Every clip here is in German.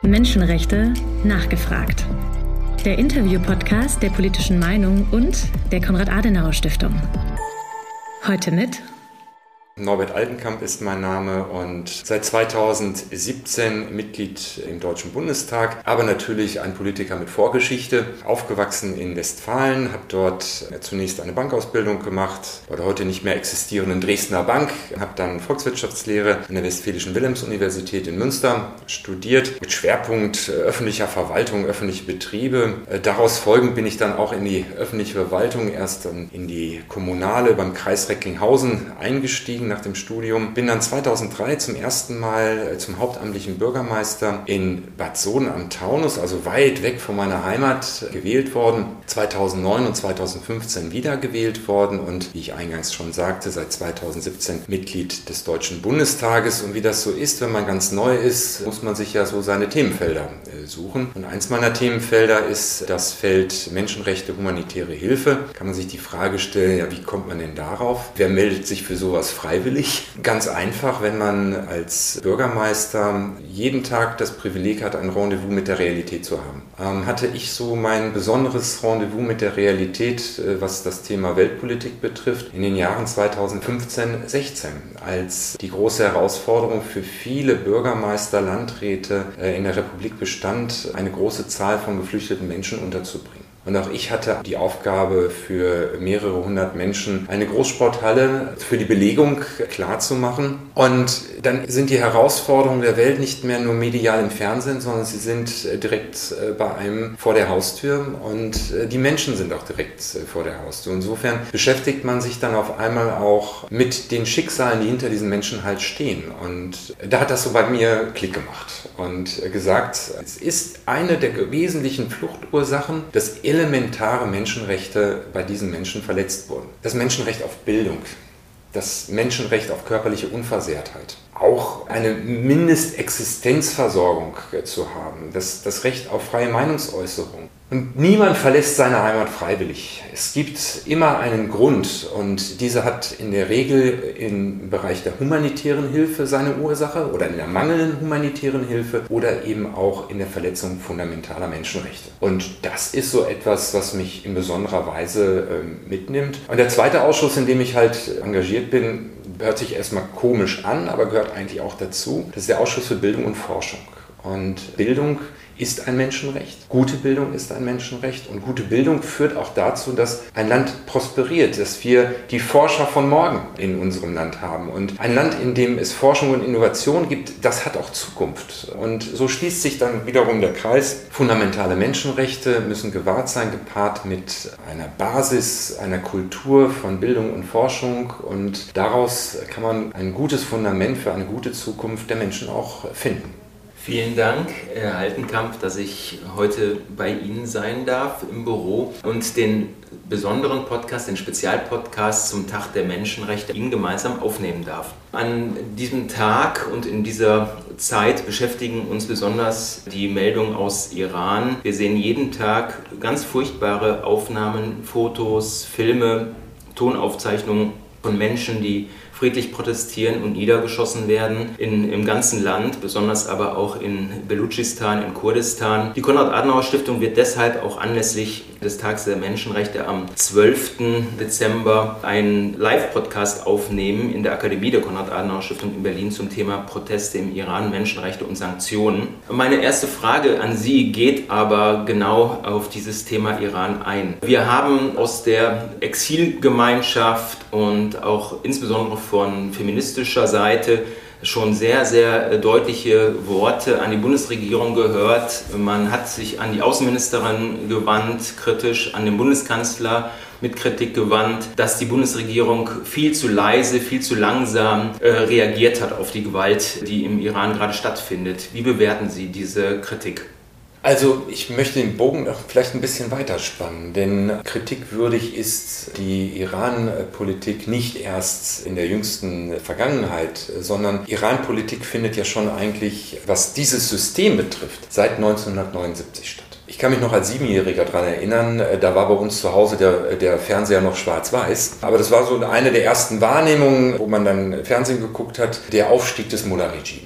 Menschenrechte nachgefragt. Der Interview-Podcast der Politischen Meinung und der Konrad-Adenauer-Stiftung. Heute mit Norbert Altenkamp ist mein Name und seit 2017 Mitglied im Deutschen Bundestag, aber natürlich ein Politiker mit Vorgeschichte. Aufgewachsen in Westfalen, habe dort zunächst eine Bankausbildung gemacht, bei der heute nicht mehr existierenden Dresdner Bank, habe dann Volkswirtschaftslehre an der Westfälischen Wilhelms-Universität in Münster studiert, mit Schwerpunkt öffentlicher Verwaltung, öffentliche Betriebe. Daraus folgend bin ich dann auch in die öffentliche Verwaltung, erst dann in die kommunale beim Kreis Recklinghausen eingestiegen nach dem Studium. Bin dann 2003 zum ersten Mal zum hauptamtlichen Bürgermeister in Bad Soden am Taunus, also weit weg von meiner Heimat, gewählt worden. 2009 und 2015 wiedergewählt worden und wie ich eingangs schon sagte, seit 2017 Mitglied des Deutschen Bundestages. Und wie das so ist, wenn man ganz neu ist, muss man sich ja so seine Themenfelder suchen. Und eins meiner Themenfelder ist das Feld Menschenrechte, humanitäre Hilfe. Kann man sich die Frage stellen, ja, wie kommt man denn darauf? Wer meldet sich für sowas freiwillig? Ganz einfach, wenn man als Bürgermeister jeden Tag das Privileg hat, ein Rendezvous mit der Realität zu haben. Hatte ich so mein besonderes Rendezvous mit der Realität, was das Thema Weltpolitik betrifft, in den Jahren 2015-16, als die große Herausforderung für viele Bürgermeister, Landräte in der Republik bestand, eine große Zahl von geflüchteten Menschen unterzubringen. Und auch ich hatte die Aufgabe, für mehrere hundert Menschen eine Großsporthalle für die Belegung klarzumachen. Und dann sind die Herausforderungen der Welt nicht mehr nur medial im Fernsehen, sondern sie sind direkt bei einem vor der Haustür und die Menschen sind auch direkt vor der Haustür. Insofern beschäftigt man sich dann auf einmal auch mit den Schicksalen, die hinter diesen Menschen halt stehen. Und da hat das so bei mir Klick gemacht und gesagt, es ist eine der wesentlichen Fluchtursachen, dass elementare Menschenrechte bei diesen Menschen verletzt wurden. Das Menschenrecht auf Bildung, das Menschenrecht auf körperliche Unversehrtheit, auch eine Mindestexistenzversorgung zu haben, das Recht auf freie Meinungsäußerung. Und niemand verlässt seine Heimat freiwillig. Es gibt immer einen Grund und dieser hat in der Regel im Bereich der humanitären Hilfe seine Ursache oder in der mangelnden humanitären Hilfe oder eben auch in der Verletzung fundamentaler Menschenrechte. Und das ist so etwas, was mich in besonderer Weise mitnimmt. Und der zweite Ausschuss, in dem ich halt engagiert bin, hört sich erstmal komisch an, aber gehört eigentlich auch dazu. Das ist der Ausschuss für Bildung und Forschung. Und Bildung ist ein Menschenrecht. Gute Bildung ist ein Menschenrecht. Und gute Bildung führt auch dazu, dass ein Land prosperiert, dass wir die Forscher von morgen in unserem Land haben. Und ein Land, in dem es Forschung und Innovation gibt, das hat auch Zukunft. Und so schließt sich dann wiederum der Kreis. Fundamentale Menschenrechte müssen gewahrt sein, gepaart mit einer Basis, einer Kultur von Bildung und Forschung. Und daraus kann man ein gutes Fundament für eine gute Zukunft der Menschen auch finden. Vielen Dank, Herr Altenkamp, dass ich heute bei Ihnen sein darf im Büro und den besonderen Podcast, den Spezialpodcast zum Tag der Menschenrechte Ihnen gemeinsam aufnehmen darf. An diesem Tag und in dieser Zeit beschäftigen uns besonders die Meldungen aus Iran. Wir sehen jeden Tag ganz furchtbare Aufnahmen, Fotos, Filme, Tonaufzeichnungen von Menschen, die friedlich protestieren und niedergeschossen werden im ganzen Land, besonders aber auch in Belutschistan, in Kurdistan. Die Konrad-Adenauer-Stiftung wird deshalb auch anlässlich des Tages der Menschenrechte am 12. Dezember einen Live-Podcast aufnehmen in der Akademie der Konrad-Adenauer-Stiftung in Berlin zum Thema Proteste im Iran, Menschenrechte und Sanktionen. Meine erste Frage an Sie geht aber genau auf dieses Thema Iran ein. Wir haben aus der Exilgemeinschaft und auch insbesondere von feministischer Seite schon sehr, sehr deutliche Worte an die Bundesregierung gehört. Man hat sich an die Außenministerin gewandt, kritisch an den Bundeskanzler mit Kritik gewandt, dass die Bundesregierung viel zu leise, viel zu langsam reagiert hat auf die Gewalt, die im Iran gerade stattfindet. Wie bewerten Sie diese Kritik? Also ich möchte den Bogen noch vielleicht ein bisschen weiterspannen, denn kritikwürdig ist die Iran-Politik nicht erst in der jüngsten Vergangenheit, sondern Iran-Politik findet ja schon eigentlich, was dieses System betrifft, seit 1979 statt. Ich kann mich noch als 7-Jähriger daran erinnern, da war bei uns zu Hause der Fernseher noch schwarz-weiß. Aber das war so eine der ersten Wahrnehmungen, wo man dann Fernsehen geguckt hat, der Aufstieg des Mullah-Regimes.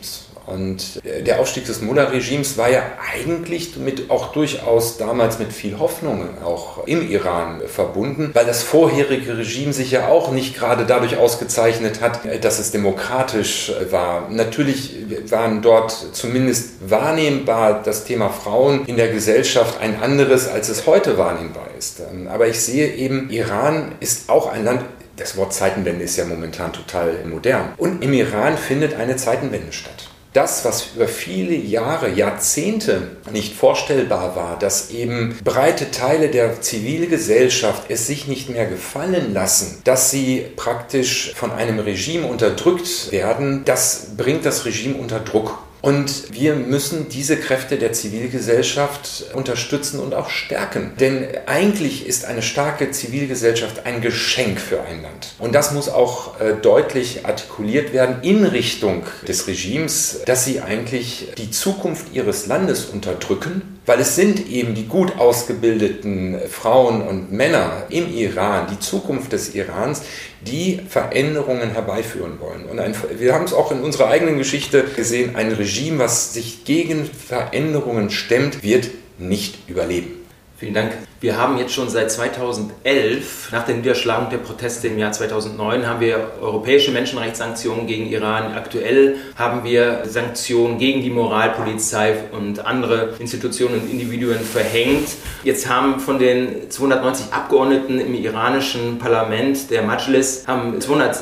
Und der Aufstieg des Mullah-Regimes war ja eigentlich auch durchaus damals mit viel Hoffnung auch im Iran verbunden, weil das vorherige Regime sich ja auch nicht gerade dadurch ausgezeichnet hat, dass es demokratisch war. Natürlich waren dort zumindest wahrnehmbar das Thema Frauen in der Gesellschaft ein anderes, als es heute wahrnehmbar ist. Aber ich sehe eben, Iran ist auch ein Land. Das Wort Zeitenwende ist ja momentan total modern. Und im Iran findet eine Zeitenwende statt. Das, was über viele Jahre, Jahrzehnte nicht vorstellbar war, dass eben breite Teile der Zivilgesellschaft es sich nicht mehr gefallen lassen, dass sie praktisch von einem Regime unterdrückt werden, das bringt das Regime unter Druck. Und wir müssen diese Kräfte der Zivilgesellschaft unterstützen und auch stärken. Denn eigentlich ist eine starke Zivilgesellschaft ein Geschenk für ein Land. Und das muss auch deutlich artikuliert werden in Richtung des Regimes, dass sie eigentlich die Zukunft ihres Landes unterdrücken. Weil es sind eben die gut ausgebildeten Frauen und Männer im Iran, die Zukunft des Irans, die Veränderungen herbeiführen wollen. Und wir haben es auch in unserer eigenen Geschichte gesehen, ein Regime, was sich gegen Veränderungen stemmt, wird nicht überleben. Vielen Dank. Wir haben jetzt schon seit 2011, nach der Niederschlagung der Proteste im Jahr 2009, haben wir europäische Menschenrechtssanktionen gegen Iran. Aktuell haben wir Sanktionen gegen die Moralpolizei und andere Institutionen und Individuen verhängt. Jetzt haben von den 290 Abgeordneten im iranischen Parlament, der Majlis, haben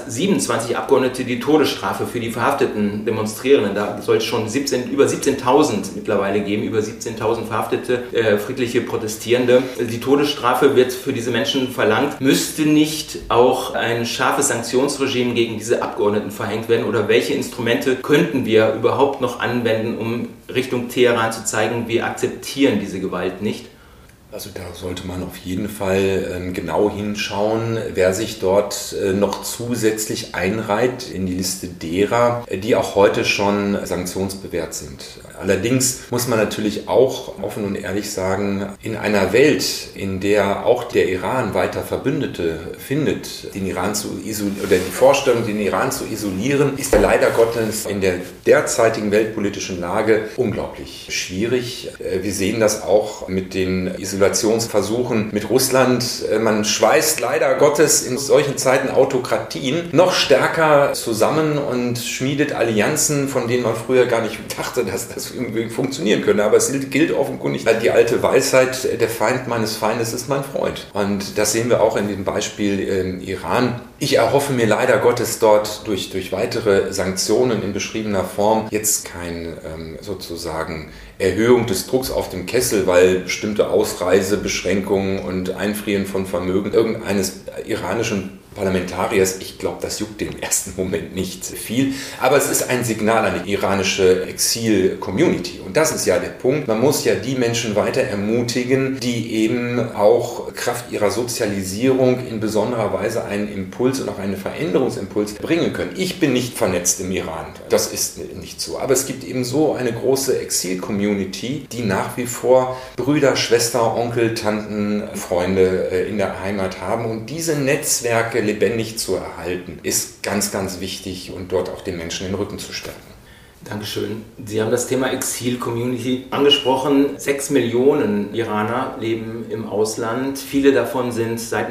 227 Abgeordnete die Todesstrafe für die verhafteten Demonstrierenden. Da soll es schon über 17.000 mittlerweile geben, über 17.000 verhaftete friedliche Protestierende. Die Todesstrafe wird für diese Menschen verlangt. Müsste nicht auch ein scharfes Sanktionsregime gegen diese Abgeordneten verhängt werden? Oder welche Instrumente könnten wir überhaupt noch anwenden, um Richtung Teheran zu zeigen, wir akzeptieren diese Gewalt nicht? Also da sollte man auf jeden Fall genau hinschauen, wer sich dort noch zusätzlich einreiht in die Liste derer, die auch heute schon sanktionsbewehrt sind. Allerdings muss man natürlich auch offen und ehrlich sagen, in einer Welt, in der auch der Iran weiter Verbündete findet, den Iran zu isolieren oder die Vorstellung, den Iran zu isolieren, ist er leider Gottes in der derzeitigen weltpolitischen Lage unglaublich schwierig. Wir sehen das auch mit den Isolationsversuchen mit Russland. Man schweißt leider Gottes in solchen Zeiten Autokratien noch stärker zusammen und schmiedet Allianzen, von denen man früher gar nicht dachte, dass das irgendwie funktionieren könnte. Aber es gilt offenkundig die alte Weisheit, der Feind meines Feindes ist mein Freund. Und das sehen wir auch in dem Beispiel Iran. Ich erhoffe mir leider Gottes dort durch weitere Sanktionen in beschriebener Form jetzt kein sozusagen Erhöhung des Drucks auf dem Kessel, weil bestimmte Ausreisebeschränkungen und Einfrieren von Vermögen irgendeines iranischen Parlamentariers, ich glaube, das juckt im ersten Moment nicht viel, aber es ist ein Signal an die iranische Exil-Community und das ist ja der Punkt. Man muss ja die Menschen weiter ermutigen, die eben auch Kraft ihrer Sozialisierung in besonderer Weise einen Impuls und auch einen Veränderungsimpuls bringen können. Ich bin nicht vernetzt im Iran, das ist nicht so, aber es gibt eben so eine große Exil-Community, die nach wie vor Brüder, Schwester, Onkel, Tanten, Freunde in der Heimat haben und diese Netzwerke lebendig zu erhalten, ist ganz, ganz wichtig und dort auch den Menschen den Rücken zu stärken. Dankeschön. Sie haben das Thema Exil-Community angesprochen. 6 Millionen Iraner leben im Ausland. Viele davon sind seit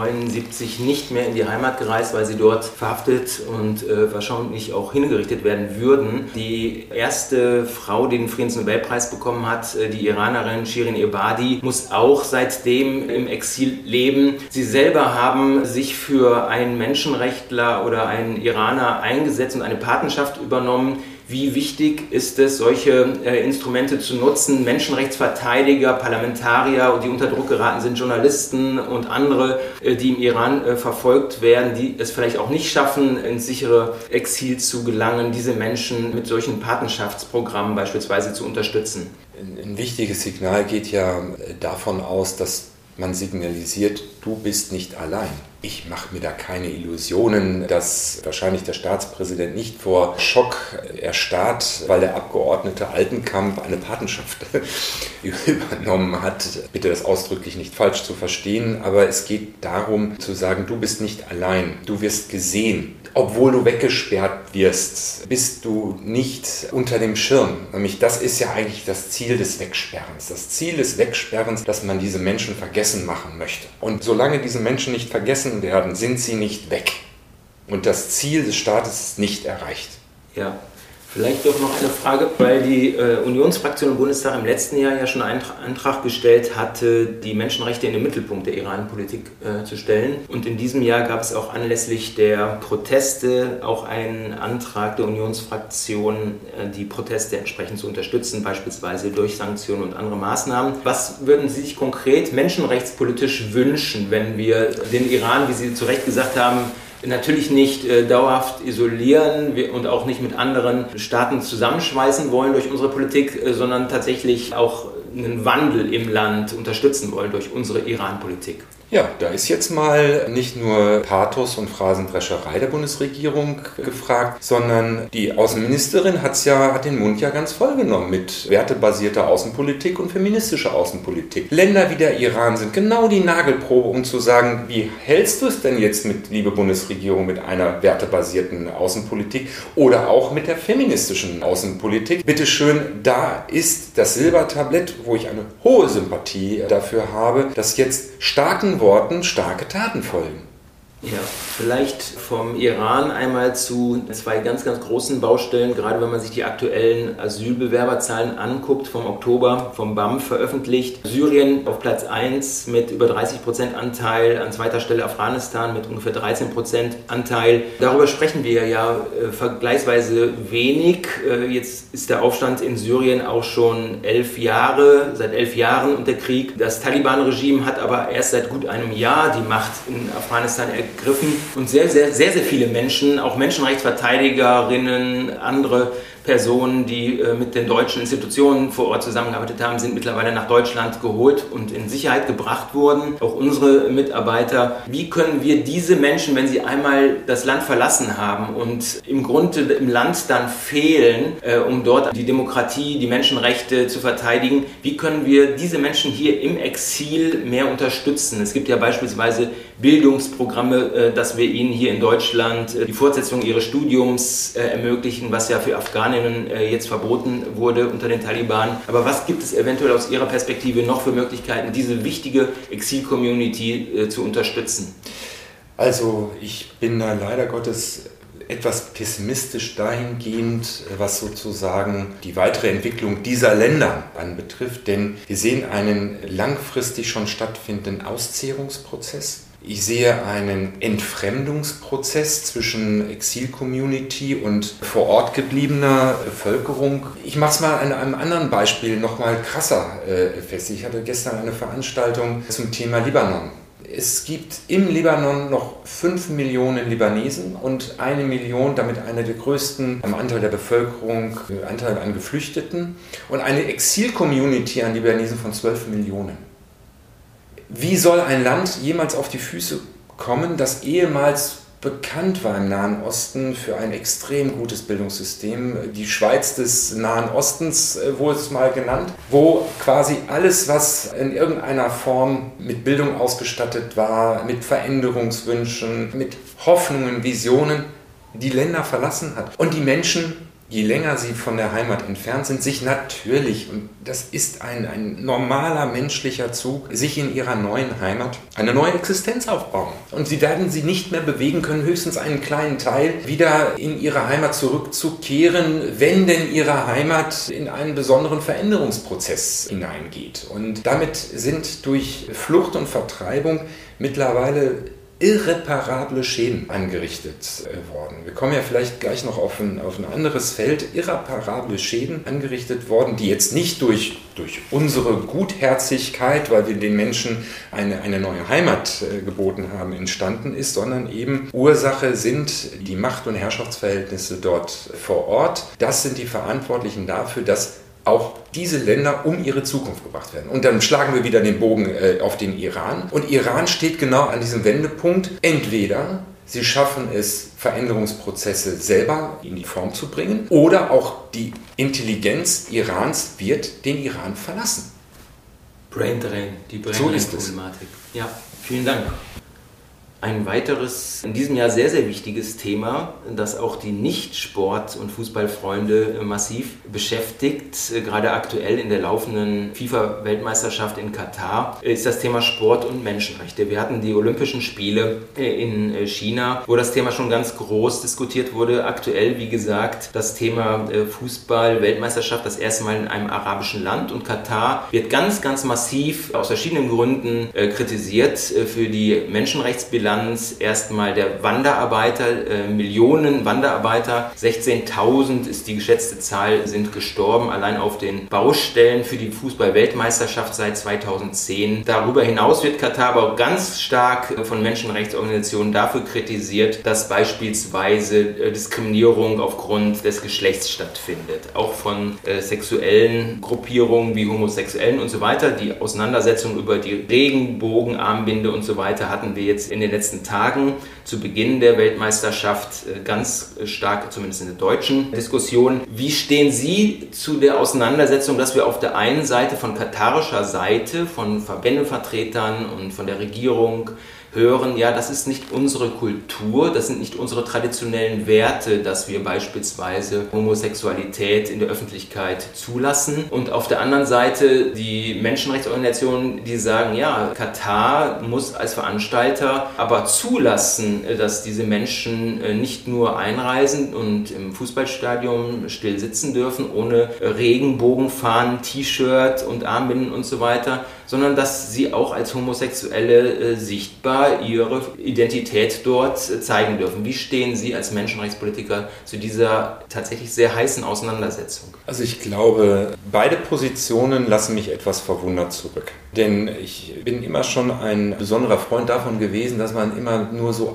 1979 nicht mehr in die Heimat gereist, weil sie dort verhaftet und wahrscheinlich auch hingerichtet werden würden. Die erste Frau, die den Friedensnobelpreis bekommen hat, die Iranerin Shirin Ebadi, muss auch seitdem im Exil leben. Sie selber haben sich für einen Menschenrechtler oder einen Iraner eingesetzt und eine Patenschaft übernommen. Wie wichtig ist es, solche Instrumente zu nutzen? Menschenrechtsverteidiger, Parlamentarier, die unter Druck geraten sind, Journalisten und andere, die im Iran verfolgt werden, die es vielleicht auch nicht schaffen, ins sichere Exil zu gelangen, diese Menschen mit solchen Patenschaftsprogrammen beispielsweise zu unterstützen. Ein wichtiges Signal geht ja davon aus, dass man signalisiert, du bist nicht allein. Ich mache mir da keine Illusionen, dass wahrscheinlich der Staatspräsident nicht vor Schock erstarrt, weil der Abgeordnete Altenkamp eine Patenschaft übernommen hat. Bitte das ausdrücklich nicht falsch zu verstehen, aber es geht darum zu sagen, du bist nicht allein, du wirst gesehen. Obwohl du weggesperrt wirst, bist du nicht unter dem Schirm. Nämlich das ist ja eigentlich das Ziel des Wegsperrens. Das Ziel des Wegsperrens, dass man diese Menschen vergessen machen möchte. Und solange diese Menschen nicht vergessen werden, sind sie nicht weg. Und das Ziel des Staates ist nicht erreicht. Ja. Vielleicht doch noch eine Frage, weil die Unionsfraktion im Bundestag im letzten Jahr ja schon einen Antrag gestellt hatte, die Menschenrechte in den Mittelpunkt der Iran-Politik zu stellen. Und in diesem Jahr gab es auch anlässlich der Proteste auch einen Antrag der Unionsfraktion, die Proteste entsprechend zu unterstützen, beispielsweise durch Sanktionen und andere Maßnahmen. Was würden Sie sich konkret menschenrechtspolitisch wünschen, wenn wir den Iran, wie Sie zu Recht gesagt haben, natürlich nicht dauerhaft isolieren und auch nicht mit anderen Staaten zusammenschweißen wollen durch unsere Politik, sondern tatsächlich auch einen Wandel im Land unterstützen wollen durch unsere Iran-Politik? Ja, da ist jetzt mal nicht nur Pathos und Phrasendrescherei der Bundesregierung gefragt, sondern die Außenministerin hat den Mund ja ganz voll genommen mit wertebasierter Außenpolitik und feministischer Außenpolitik. Länder wie der Iran sind genau die Nagelprobe, um zu sagen, wie hältst du es denn jetzt liebe Bundesregierung, mit einer wertebasierten Außenpolitik oder auch mit der feministischen Außenpolitik? Bitteschön, da ist das Silbertablett, wo ich eine hohe Sympathie dafür habe, dass jetzt starken Worten starke Taten folgen. Ja, vielleicht vom Iran einmal zu zwei ganz, ganz großen Baustellen, gerade wenn man sich die aktuellen Asylbewerberzahlen anguckt, vom Oktober vom BAMF veröffentlicht. Syrien auf Platz 1 mit über 30% Anteil, an zweiter Stelle Afghanistan mit ungefähr 13% Anteil. Darüber sprechen wir ja vergleichsweise wenig. Jetzt ist der Aufstand in Syrien auch schon seit 11 Jahren und der Krieg. Das Taliban-Regime hat aber erst seit gut einem Jahr die Macht in Afghanistan ergriffen und sehr, sehr, sehr, sehr viele Menschen, auch Menschenrechtsverteidigerinnen, andere Personen, die mit den deutschen Institutionen vor Ort zusammengearbeitet haben, sind mittlerweile nach Deutschland geholt und in Sicherheit gebracht worden. Auch unsere Mitarbeiter. Wie können wir diese Menschen, wenn sie einmal das Land verlassen haben und im Grunde im Land dann fehlen, um dort die Demokratie, die Menschenrechte zu verteidigen, wie können wir diese Menschen hier im Exil mehr unterstützen? Es gibt ja beispielsweise Bildungsprogramme, dass wir ihnen hier in Deutschland die Fortsetzung ihres Studiums ermöglichen, was ja für Afghanen jetzt verboten wurde unter den Taliban. Aber was gibt es eventuell aus Ihrer Perspektive noch für Möglichkeiten, diese wichtige Exil-Community zu unterstützen? Also ich bin da leider Gottes etwas pessimistisch dahingehend, was sozusagen die weitere Entwicklung dieser Länder anbetrifft, denn wir sehen einen langfristig schon stattfindenden Auszehrungsprozess. Ich sehe einen Entfremdungsprozess zwischen Exil-Community und vor Ort gebliebener Bevölkerung. Ich mache es mal an einem anderen Beispiel noch mal krasser fest. Ich hatte gestern eine Veranstaltung zum Thema Libanon. Es gibt im Libanon noch 5 Millionen Libanesen und 1 Million, damit einer der größten am Anteil der Bevölkerung, Anteil an Geflüchteten und eine Exil-Community an Libanesen von 12 Millionen. Wie soll ein Land jemals auf die Füße kommen, das ehemals bekannt war im Nahen Osten für ein extrem gutes Bildungssystem, die Schweiz des Nahen Ostens wurde es mal genannt, wo quasi alles, was in irgendeiner Form mit Bildung ausgestattet war, mit Veränderungswünschen, mit Hoffnungen, Visionen, die Länder verlassen hat. Und die Menschen, je länger sie von der Heimat entfernt sind, sich natürlich, und das ist ein normaler menschlicher Zug, sich in ihrer neuen Heimat eine neue Existenz aufbauen. Und sie werden sie nicht mehr bewegen können, höchstens einen kleinen Teil wieder in ihre Heimat zurückzukehren, wenn denn ihre Heimat in einen besonderen Veränderungsprozess hineingeht. Und damit sind durch Flucht und Vertreibung mittlerweile irreparable Schäden angerichtet worden. Wir kommen ja vielleicht gleich noch auf ein anderes Feld. Irreparable Schäden angerichtet worden, die jetzt nicht durch unsere Gutherzigkeit, weil wir den Menschen eine neue Heimat geboten haben, entstanden ist, sondern eben Ursache sind die Macht- und Herrschaftsverhältnisse dort vor Ort. Das sind die Verantwortlichen dafür, dass auch diese Länder um ihre Zukunft gebracht werden. Und dann schlagen wir wieder den Bogen auf den Iran. Und Iran steht genau an diesem Wendepunkt. Entweder sie schaffen es, Veränderungsprozesse selber in die Form zu bringen, oder auch die Intelligenz Irans wird den Iran verlassen. Braindrain, die Braindrain-Problematik. Ja, vielen Dank. Ein weiteres, in diesem Jahr sehr, sehr wichtiges Thema, das auch die Nicht-Sport- und Fußballfreunde massiv beschäftigt, gerade aktuell in der laufenden FIFA-Weltmeisterschaft in Katar, ist das Thema Sport und Menschenrechte. Wir hatten die Olympischen Spiele in China, wo das Thema schon ganz groß diskutiert wurde. Aktuell, wie gesagt, das Thema Fußball-Weltmeisterschaft das erste Mal in einem arabischen Land, und Katar wird ganz, ganz massiv aus verschiedenen Gründen kritisiert für die Menschenrechtsbilanz. Erstmal der Wanderarbeiter, Millionen Wanderarbeiter, 16.000 ist die geschätzte Zahl, sind gestorben, allein auf den Baustellen für die Fußball-Weltmeisterschaft seit 2010. Darüber hinaus wird Katar aber auch ganz stark von Menschenrechtsorganisationen dafür kritisiert, dass beispielsweise Diskriminierung aufgrund des Geschlechts stattfindet. Auch von sexuellen Gruppierungen wie Homosexuellen und so weiter. Die Auseinandersetzung über die Regenbogenarmbinde und so weiter hatten wir jetzt in den letzten Tagen zu Beginn der Weltmeisterschaft ganz stark, zumindest in der deutschen Diskussion. Wie stehen Sie zu der Auseinandersetzung, dass wir auf der einen Seite von katarischer Seite, von Verbändevertretern und von der Regierung hören, ja, das ist nicht unsere Kultur, das sind nicht unsere traditionellen Werte, dass wir beispielsweise Homosexualität in der Öffentlichkeit zulassen. Und auf der anderen Seite die Menschenrechtsorganisationen, die sagen, ja, Katar muss als Veranstalter aber zulassen, dass diese Menschen nicht nur einreisen und im Fußballstadion still sitzen dürfen, ohne Regenbogenfahnen, T-Shirt und Armbinden und so weiter, sondern dass sie auch als Homosexuelle sichtbar ihre Identität dort zeigen dürfen. Wie stehen Sie als Menschenrechtspolitiker zu dieser tatsächlich sehr heißen Auseinandersetzung? Also ich glaube, beide Positionen lassen mich etwas verwundert zurück. Denn ich bin immer schon ein besonderer Freund davon gewesen, dass man immer nur so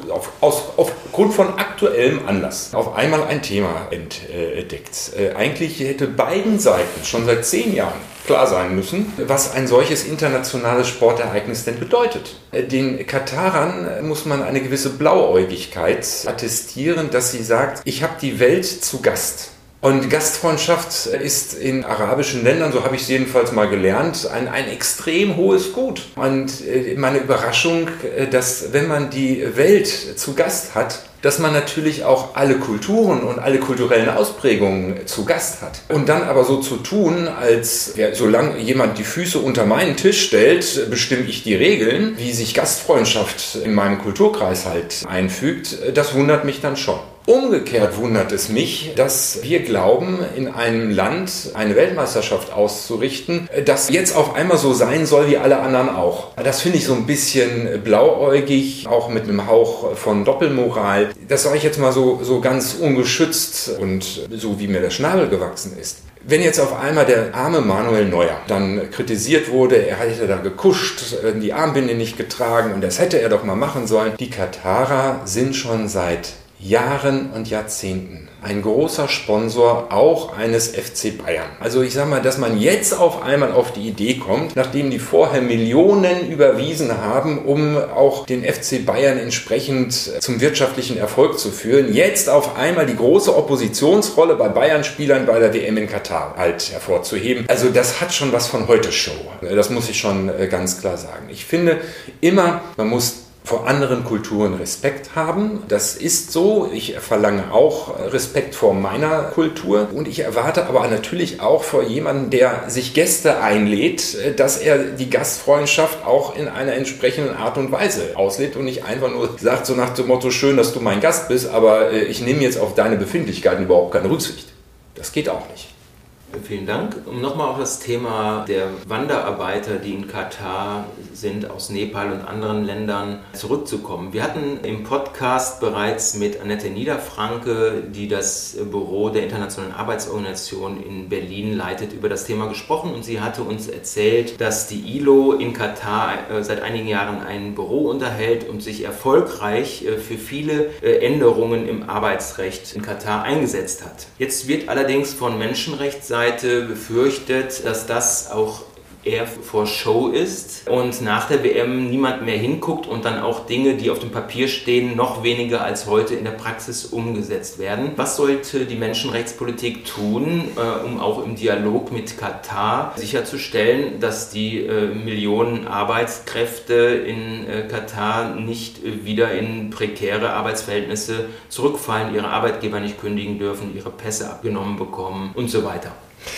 aufgrund von aktuellem Anlass auf einmal ein Thema entdeckt. Eigentlich hätte beiden Seiten schon seit 10 Jahren klar sein müssen, was ein solches internationales Sportereignis denn bedeutet. Den Katarern muss man eine gewisse Blauäugigkeit attestieren, dass sie sagt, ich habe die Welt zu Gast. Und Gastfreundschaft ist in arabischen Ländern, so habe ich es jedenfalls mal gelernt, ein extrem hohes Gut. Und meine Überraschung, dass wenn man die Welt zu Gast hat, dass man natürlich auch alle Kulturen und alle kulturellen Ausprägungen zu Gast hat. Und dann aber so zu tun, als solange jemand die Füße unter meinen Tisch stellt, bestimme ich die Regeln, wie sich Gastfreundschaft in meinem Kulturkreis halt einfügt, das wundert mich dann schon. Umgekehrt wundert es mich, dass wir glauben, in einem Land eine Weltmeisterschaft auszurichten, das jetzt auf einmal so sein soll wie alle anderen auch. Das finde ich so ein bisschen blauäugig, auch mit einem Hauch von Doppelmoral. Das sage ich jetzt mal so ganz ungeschützt und so wie mir der Schnabel gewachsen ist. Wenn jetzt auf einmal der arme Manuel Neuer dann kritisiert wurde, er hätte da gekuscht, die Armbinde nicht getragen und das hätte er doch mal machen sollen. Die Katarer sind schon seit Jahren und Jahrzehnten ein großer Sponsor auch eines FC Bayern. Also ich sage mal, dass man jetzt auf einmal auf die Idee kommt, nachdem die vorher Millionen überwiesen haben, um auch den FC Bayern entsprechend zum wirtschaftlichen Erfolg zu führen, jetzt auf einmal die große Oppositionsrolle bei Bayern-Spielern bei der WM in Katar halt hervorzuheben. Also das hat schon was von Heute-Show. Das muss ich schon ganz klar sagen. Ich finde immer, man muss vor anderen Kulturen Respekt haben. Das ist so. Ich verlange auch Respekt vor meiner Kultur. Und ich erwarte aber natürlich auch vor jemandem, der sich Gäste einlädt, dass er die Gastfreundschaft auch in einer entsprechenden Art und Weise auslädt und nicht einfach nur sagt, so nach dem Motto, schön, dass du mein Gast bist, aber ich nehme jetzt auf deine Befindlichkeiten überhaupt keine Rücksicht. Das geht auch nicht. Vielen Dank. Um nochmal auf das Thema der Wanderarbeiter, die in Katar sind, aus Nepal und anderen Ländern zurückzukommen. Wir hatten im Podcast bereits mit Annette Niederfranke, die das Büro der Internationalen Arbeitsorganisation in Berlin leitet, über das Thema gesprochen und sie hatte uns erzählt, dass die ILO in Katar seit einigen Jahren ein Büro unterhält und sich erfolgreich für viele Änderungen im Arbeitsrecht in Katar eingesetzt hat. Jetzt wird allerdings von Menschenrechtsseite Seite befürchtet, dass das auch eher vor Show ist und nach der WM niemand mehr hinguckt und dann auch Dinge, die auf dem Papier stehen, noch weniger als heute in der Praxis umgesetzt werden. Was sollte die Menschenrechtspolitik tun, um auch im Dialog mit Katar sicherzustellen, dass die Millionen Arbeitskräfte in Katar nicht wieder in prekäre Arbeitsverhältnisse zurückfallen, ihre Arbeitgeber nicht kündigen dürfen, ihre Pässe abgenommen bekommen und so weiter?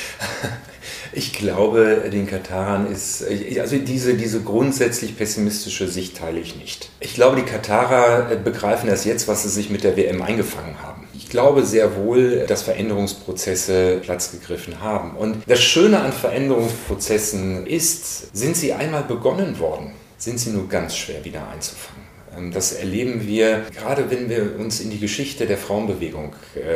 Ich glaube, den Katarern also diese grundsätzlich pessimistische Sicht teile ich nicht. Ich glaube, die Katarer begreifen erst jetzt, was sie sich mit der WM eingefangen haben. Ich glaube sehr wohl, dass Veränderungsprozesse Platz gegriffen haben. Und das Schöne an Veränderungsprozessen ist, sind sie einmal begonnen worden, sind sie nur ganz schwer wieder einzufangen. Das erleben wir, gerade wenn wir uns in die Geschichte der Frauenbewegung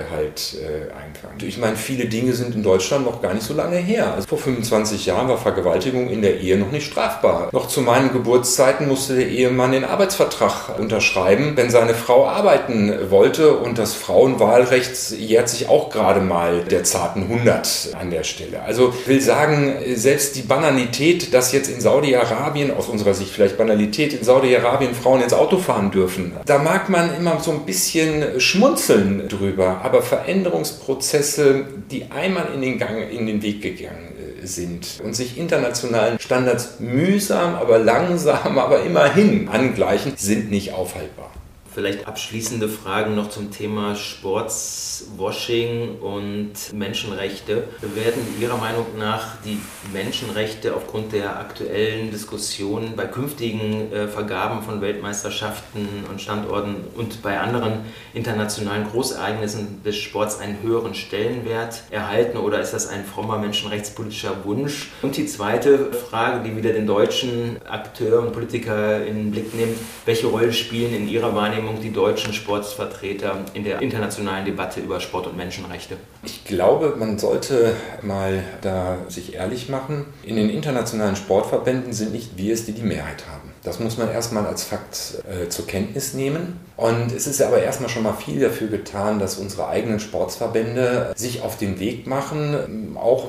einfangen. Ich meine, viele Dinge sind in Deutschland noch gar nicht so lange her. Also vor 25 Jahren war Vergewaltigung in der Ehe noch nicht strafbar. Noch zu meinen Geburtszeiten musste der Ehemann den Arbeitsvertrag unterschreiben, wenn seine Frau arbeiten wollte. Und das Frauenwahlrecht jährt sich auch gerade mal der zarten 100 an der Stelle. Also ich will sagen, selbst die Banalität, dass jetzt in Saudi-Arabien, aus unserer Sicht vielleicht Banalität, in Saudi-Arabien Frauen ins Auto fahren dürfen. Da mag man immer so ein bisschen schmunzeln drüber, aber Veränderungsprozesse, die einmal in den Weg gegangen sind und sich internationalen Standards mühsam, aber langsam, aber immerhin angleichen, sind nicht aufhaltbar. Vielleicht abschließende Fragen noch zum Thema Sportswashing und Menschenrechte. Werden Ihrer Meinung nach die Menschenrechte aufgrund der aktuellen Diskussion bei künftigen Vergaben von Weltmeisterschaften und Standorten und bei anderen internationalen Großereignissen des Sports einen höheren Stellenwert erhalten oder ist das ein frommer menschenrechtspolitischer Wunsch? Und die zweite Frage, die wieder den deutschen Akteur und Politiker in den Blick nimmt, welche Rolle spielen in Ihrer Wahrnehmung die deutschen Sportvertreter in der internationalen Debatte über Sport und Menschenrechte? Ich glaube, man sollte mal da sich ehrlich machen. In den internationalen Sportverbänden sind nicht wir es, die Mehrheit haben. Das muss man erstmal als Fakt zur Kenntnis nehmen. Und es ist aber erstmal schon mal viel dafür getan, dass unsere eigenen Sportverbände sich auf den Weg machen, auch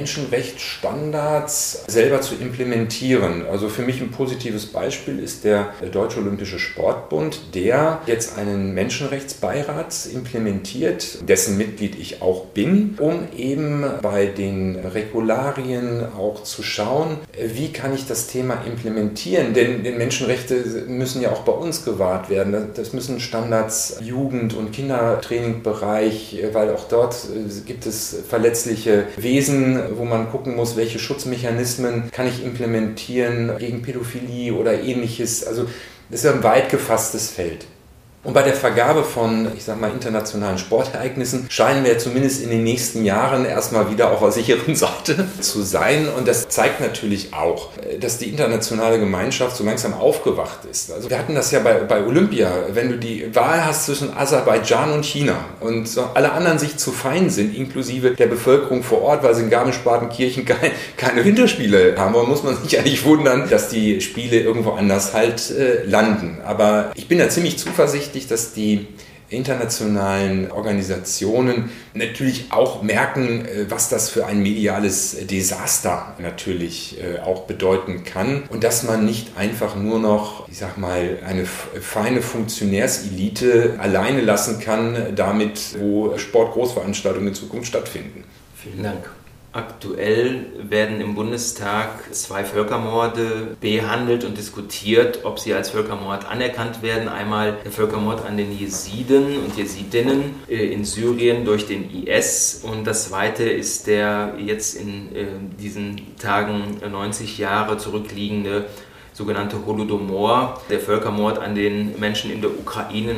Menschenrechtsstandards selber zu implementieren. Also für mich ein positives Beispiel ist der Deutsche Olympische Sportbund, der jetzt einen Menschenrechtsbeirat implementiert, dessen Mitglied ich auch bin, um eben bei den Regularien auch zu schauen, wie kann ich das Thema implementieren, denn Menschenrechte müssen ja auch bei uns gewahrt werden. Das müssen Standards Jugend- und Kindertrainingbereich, weil auch dort gibt es verletzliche Wesen, wo man gucken muss, welche Schutzmechanismen kann ich implementieren gegen Pädophilie oder ähnliches. Also das ist ja ein weit gefasstes Feld. Und bei der Vergabe von, internationalen Sportereignissen scheinen wir zumindest in den nächsten Jahren erstmal wieder auf der sicheren Seite zu sein. Und das zeigt natürlich auch, dass die internationale Gemeinschaft so langsam aufgewacht ist. Also wir hatten das ja bei Olympia, wenn du die Wahl hast zwischen Aserbaidschan und China und alle anderen sich zu fein sind, inklusive der Bevölkerung vor Ort, weil sie in Garmisch-Partenkirchen keine Winterspiele haben, dann muss man sich ja nicht wundern, dass die Spiele irgendwo anders landen. Aber ich bin da ziemlich zuversichtlich, dass die internationalen Organisationen natürlich auch merken, was das für ein mediales Desaster natürlich auch bedeuten kann und dass man nicht einfach nur noch, eine feine Funktionärselite alleine lassen kann, damit wo Sportgroßveranstaltungen in Zukunft stattfinden. Vielen Dank. Aktuell werden im Bundestag 2 Völkermorde behandelt und diskutiert, ob sie als Völkermord anerkannt werden. Einmal der Völkermord an den Jesiden und Jesidinnen in Syrien durch den IS und das zweite ist der jetzt in diesen Tagen 90 Jahre zurückliegende sogenannte Holodomor, der Völkermord an den Menschen in der Ukraine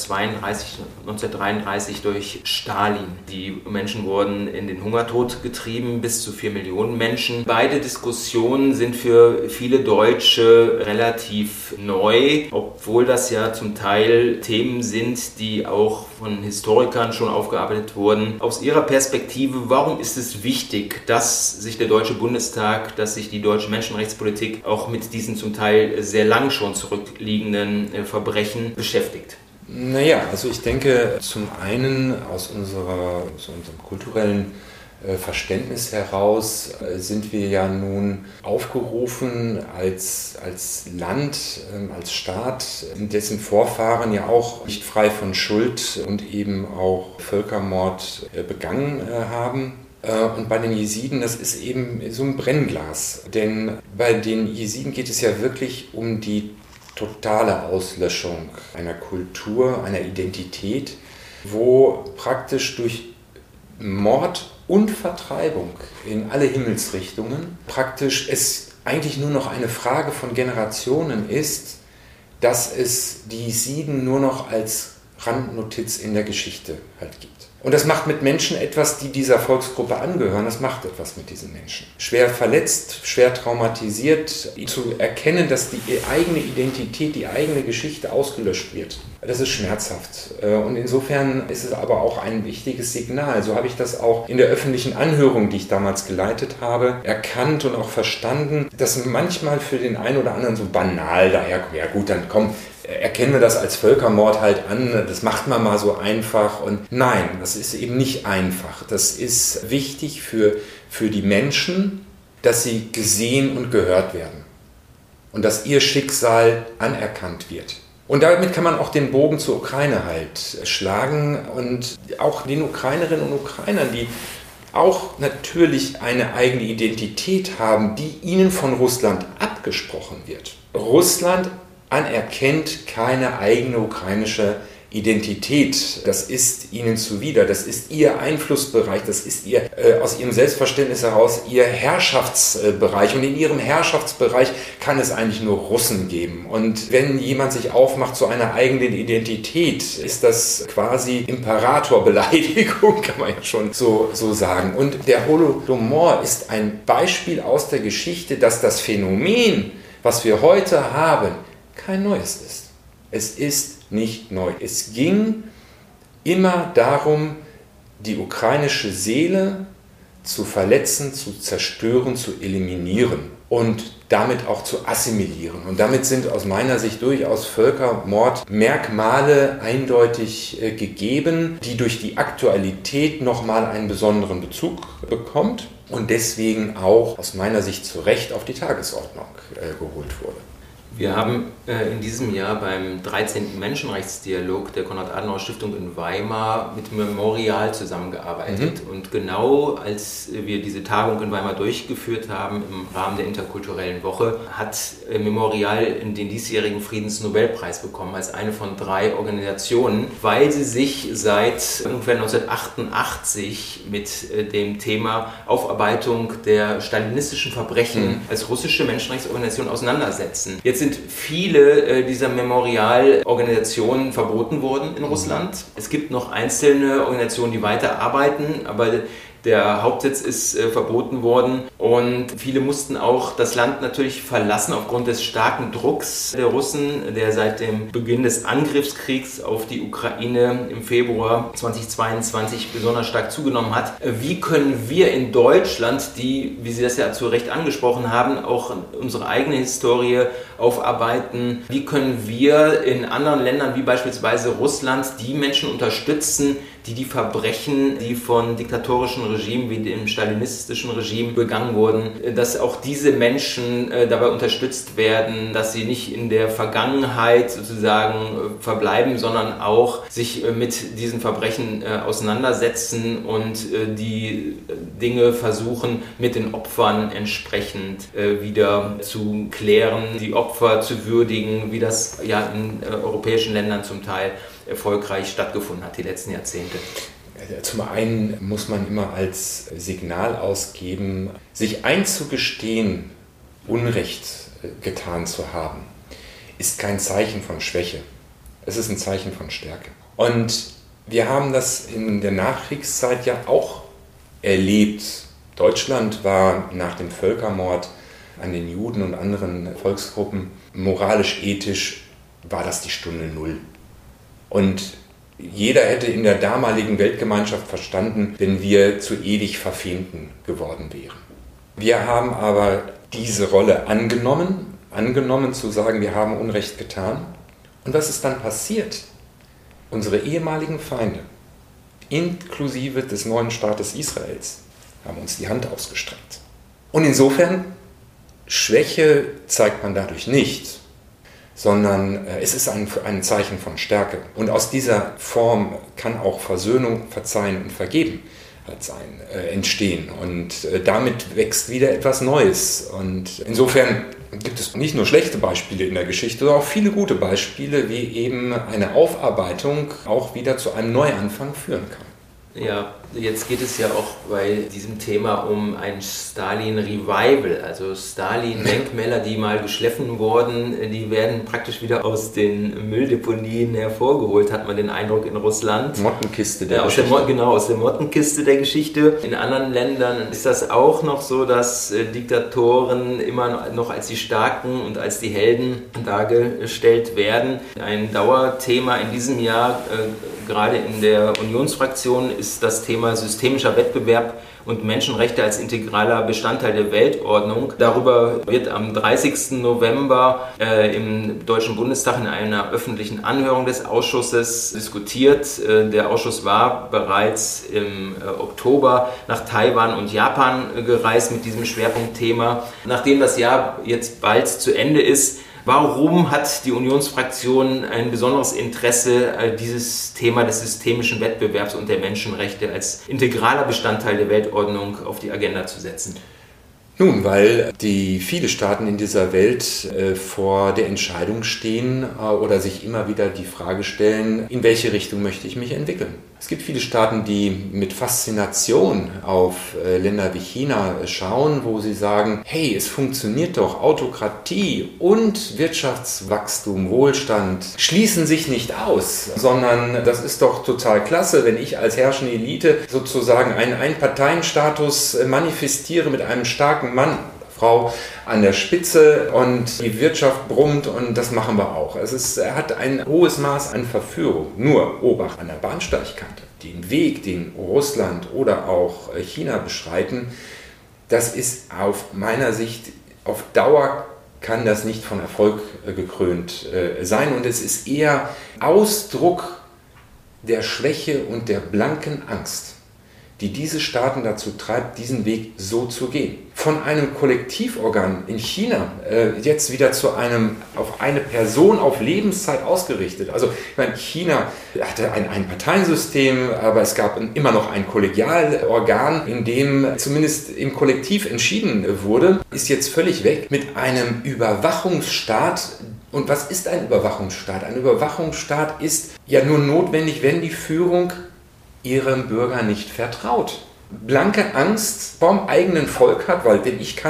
1933 durch Stalin. Die Menschen wurden in den Hungertod getrieben, bis zu 4 Millionen Menschen. Beide Diskussionen sind für viele Deutsche relativ neu, obwohl das ja zum Teil Themen sind, die auch von Historikern schon aufgearbeitet wurden. Aus Ihrer Perspektive, warum ist es wichtig, dass sich der Deutsche Bundestag, dass sich die deutsche Menschenrechtspolitik auch mit diesen zum Teil sehr lang schon zurückliegenden Verbrechen beschäftigt? Naja, also ich denke zum einen aus unserem kulturellen Verständnis heraus sind wir ja nun aufgerufen als Land, als Staat, dessen Vorfahren ja auch nicht frei von Schuld und eben auch Völkermord begangen haben. Und bei den Jesiden, das ist eben so ein Brennglas. Denn bei den Jesiden geht es ja wirklich um die totale Auslöschung einer Kultur, einer Identität, wo praktisch durch Mord und Vertreibung in alle Himmelsrichtungen praktisch es eigentlich nur noch eine Frage von Generationen ist, dass es die Jesiden nur noch als Randnotiz in der Geschichte halt gibt. Und das macht mit Menschen etwas, die dieser Volksgruppe angehören, das macht etwas mit diesen Menschen. Schwer verletzt, schwer traumatisiert, zu erkennen, dass die eigene Identität, die eigene Geschichte ausgelöscht wird. Das ist schmerzhaft. Und insofern ist es aber auch ein wichtiges Signal. So habe ich das auch in der öffentlichen Anhörung, die ich damals geleitet habe, erkannt und auch verstanden, dass manchmal für den einen oder anderen so banal daherkommt. Ja gut, dann komm, erkennen wir das als Völkermord halt an, das macht man mal so einfach. Und nein, das ist eben nicht einfach. Das ist wichtig für die Menschen, dass sie gesehen und gehört werden und dass ihr Schicksal anerkannt wird. Und damit kann man auch den Bogen zur Ukraine halt schlagen und auch den Ukrainerinnen und Ukrainern, die auch natürlich eine eigene Identität haben, die ihnen von Russland abgesprochen wird. Russland anerkennt keine eigene ukrainische Identität. Das ist ihnen zuwider, das ist ihr Einflussbereich, das ist ihr aus ihrem Selbstverständnis heraus ihr Herrschaftsbereich. Und in ihrem Herrschaftsbereich kann es eigentlich nur Russen geben. Und wenn jemand sich aufmacht zu einer eigenen Identität, ist das quasi Imperatorbeleidigung, kann man ja schon so sagen. Und der Holodomor ist ein Beispiel aus der Geschichte, dass das Phänomen, was wir heute haben, kein neues ist. Es ist nicht neu. Es ging immer darum, die ukrainische Seele zu verletzen, zu zerstören, zu eliminieren und damit auch zu assimilieren. Und damit sind aus meiner Sicht durchaus Völkermordmerkmale eindeutig gegeben, die durch die Aktualität nochmal einen besonderen Bezug bekommt und deswegen auch aus meiner Sicht zu Recht auf die Tagesordnung geholt wurde. Wir haben in diesem Jahr beim 13. Menschenrechtsdialog der Konrad-Adenauer-Stiftung in Weimar mit Memorial zusammengearbeitet. Und genau als wir diese Tagung in Weimar durchgeführt haben, im Rahmen der interkulturellen Woche, hat Memorial den diesjährigen Friedensnobelpreis bekommen, als eine von 3 Organisationen, weil sie sich seit ungefähr 1988 mit dem Thema Aufarbeitung der stalinistischen Verbrechen als russische Menschenrechtsorganisation auseinandersetzen. Jetzt sind viele dieser Memorialorganisationen verboten worden in Russland. Es gibt noch einzelne Organisationen, die weiterarbeiten, aber der Hauptsitz ist verboten worden und viele mussten auch das Land natürlich verlassen aufgrund des starken Drucks der Russen, der seit dem Beginn des Angriffskriegs auf die Ukraine im Februar 2022 besonders stark zugenommen hat. Wie können wir in Deutschland, die, wie Sie das ja zu Recht angesprochen haben, auch unsere eigene Historie aufarbeiten? Wie können wir in anderen Ländern wie beispielsweise Russland die Menschen unterstützen, die Verbrechen, die von diktatorischen Regimen wie dem stalinistischen Regime begangen wurden, dass auch diese Menschen dabei unterstützt werden, dass sie nicht in der Vergangenheit sozusagen verbleiben, sondern auch sich mit diesen Verbrechen auseinandersetzen und die Dinge versuchen, mit den Opfern entsprechend wieder zu klären, die Opfer zu würdigen, wie das ja in europäischen Ländern zum Teil erfolgreich stattgefunden hat, die letzten Jahrzehnte. Zum einen muss man immer als Signal ausgeben, sich einzugestehen, Unrecht getan zu haben, ist kein Zeichen von Schwäche. Es ist ein Zeichen von Stärke. Und wir haben das in der Nachkriegszeit ja auch erlebt. Deutschland war nach dem Völkermord an den Juden und anderen Volksgruppen moralisch, ethisch war das die Stunde Null. Und jeder hätte in der damaligen Weltgemeinschaft verstanden, wenn wir zu ewig Verfemten geworden wären. Wir haben aber diese Rolle angenommen zu sagen, wir haben Unrecht getan. Und was ist dann passiert? Unsere ehemaligen Feinde, inklusive des neuen Staates Israels, haben uns die Hand ausgestreckt. Und insofern, Schwäche zeigt man dadurch nicht, sondern es ist ein Zeichen von Stärke. Und aus dieser Form kann auch Versöhnung, Verzeihen und Vergeben entstehen. Und damit wächst wieder etwas Neues. Und insofern gibt es nicht nur schlechte Beispiele in der Geschichte, sondern auch viele gute Beispiele, wie eben eine Aufarbeitung auch wieder zu einem Neuanfang führen kann. Ja, jetzt geht es ja auch bei diesem Thema um ein Stalin-Revival. Also Stalin-Denkmäler, die mal geschliffen wurden, die werden praktisch wieder aus den Mülldeponien hervorgeholt, hat man den Eindruck in Russland. Mottenkiste der Geschichte. Genau, aus der Mottenkiste der Geschichte. In anderen Ländern ist das auch noch so, dass Diktatoren immer noch als die Starken und als die Helden dargestellt werden. Ein Dauerthema in diesem Jahr, gerade in der Unionsfraktion, ist das Thema systemischer Wettbewerb und Menschenrechte als integraler Bestandteil der Weltordnung. Darüber wird am 30. November im Deutschen Bundestag in einer öffentlichen Anhörung des Ausschusses diskutiert. Der Ausschuss war bereits im Oktober nach Taiwan und Japan gereist mit diesem Schwerpunktthema. Nachdem das Jahr jetzt bald zu Ende ist, warum hat die Unionsfraktion ein besonderes Interesse, dieses Thema des systemischen Wettbewerbs und der Menschenrechte als integraler Bestandteil der Weltordnung auf die Agenda zu setzen? Nun, weil viele Staaten in dieser Welt vor der Entscheidung stehen oder sich immer wieder die Frage stellen, in welche Richtung möchte ich mich entwickeln. Es gibt viele Staaten, die mit Faszination auf Länder wie China schauen, wo sie sagen, hey, es funktioniert doch, Autokratie und Wirtschaftswachstum, Wohlstand schließen sich nicht aus, sondern das ist doch total klasse, wenn ich als herrschende Elite sozusagen einen Einparteienstatus manifestiere mit einem starken Mann oder Frau an der Spitze und die Wirtschaft brummt und das machen wir auch. Er hat ein hohes Maß an Verführung. Nur Obacht an der Bahnsteigkante. Den Weg, den Russland oder auch China beschreiten, das ist auf meiner Sicht auf Dauer kann das nicht von Erfolg gekrönt sein und es ist eher Ausdruck der Schwäche und der blanken Angst, die diese Staaten dazu treibt, diesen Weg so zu gehen. Von einem Kollektivorgan in China jetzt wieder auf eine Person auf Lebenszeit ausgerichtet. Also ich meine, China hatte ein Einparteiensystem, aber es gab immer noch ein Kollegialorgan, in dem zumindest im Kollektiv entschieden wurde, ist jetzt völlig weg mit einem Überwachungsstaat. Und was ist ein Überwachungsstaat? Ein Überwachungsstaat ist ja nur notwendig, wenn die Führung ihrem Bürger nicht vertraut. Blanke Angst vorm eigenen Volk hat, weil wenn ich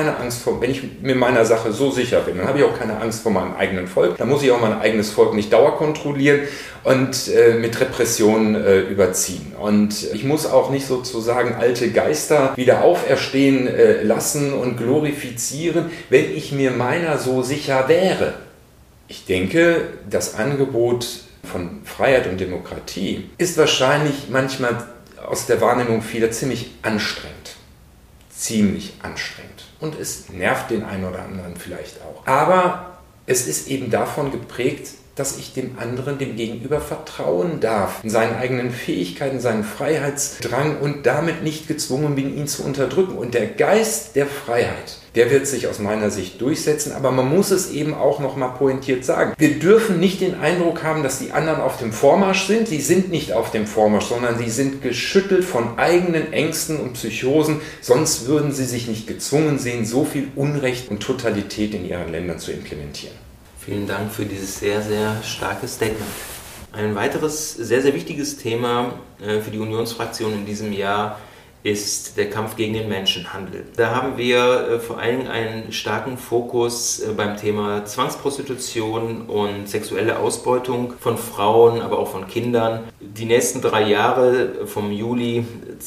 mir meiner Sache so sicher bin, dann habe ich auch keine Angst vor meinem eigenen Volk. Dann muss ich auch mein eigenes Volk nicht dauerkontrollieren und mit Repressionen überziehen. Und ich muss auch nicht sozusagen alte Geister wieder auferstehen lassen und glorifizieren, wenn ich mir meiner so sicher wäre. Ich denke, das Angebot von Freiheit und Demokratie ist wahrscheinlich manchmal aus der Wahrnehmung vieler ziemlich anstrengend. Ziemlich anstrengend. Und es nervt den einen oder anderen vielleicht auch. Aber es ist eben davon geprägt, dass ich dem anderen, dem Gegenüber vertrauen darf, in seinen eigenen Fähigkeiten, seinen Freiheitsdrang und damit nicht gezwungen bin, ihn zu unterdrücken. Und der Geist der Freiheit, der wird sich aus meiner Sicht durchsetzen, aber man muss es eben auch nochmal pointiert sagen. Wir dürfen nicht den Eindruck haben, dass die anderen auf dem Vormarsch sind. Sie sind nicht auf dem Vormarsch, sondern sie sind geschüttelt von eigenen Ängsten und Psychosen. Sonst würden sie sich nicht gezwungen sehen, so viel Unrecht und Totalität in ihren Ländern zu implementieren. Vielen Dank für dieses sehr, sehr starke Statement. Ein weiteres sehr, sehr wichtiges Thema für die Unionsfraktion in diesem Jahr ist der Kampf gegen den Menschenhandel. Da haben wir vor allem einen starken Fokus beim Thema Zwangsprostitution und sexuelle Ausbeutung von Frauen, aber auch von Kindern. Die nächsten 3 Jahre, vom Juli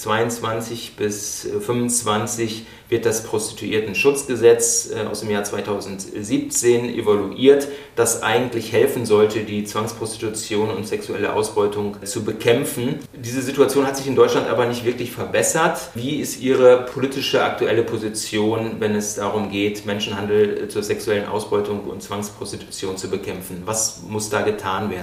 22 bis 25, wird das Prostituierten-Schutzgesetz aus dem Jahr 2017 evaluiert, das eigentlich helfen sollte, die Zwangsprostitution und sexuelle Ausbeutung zu bekämpfen. Diese Situation hat sich in Deutschland aber nicht wirklich verbessert. Wie ist Ihre politische aktuelle Position, wenn es darum geht, Menschenhandel zur sexuellen Ausbeutung und Zwangsprostitution zu bekämpfen? Was muss da getan werden?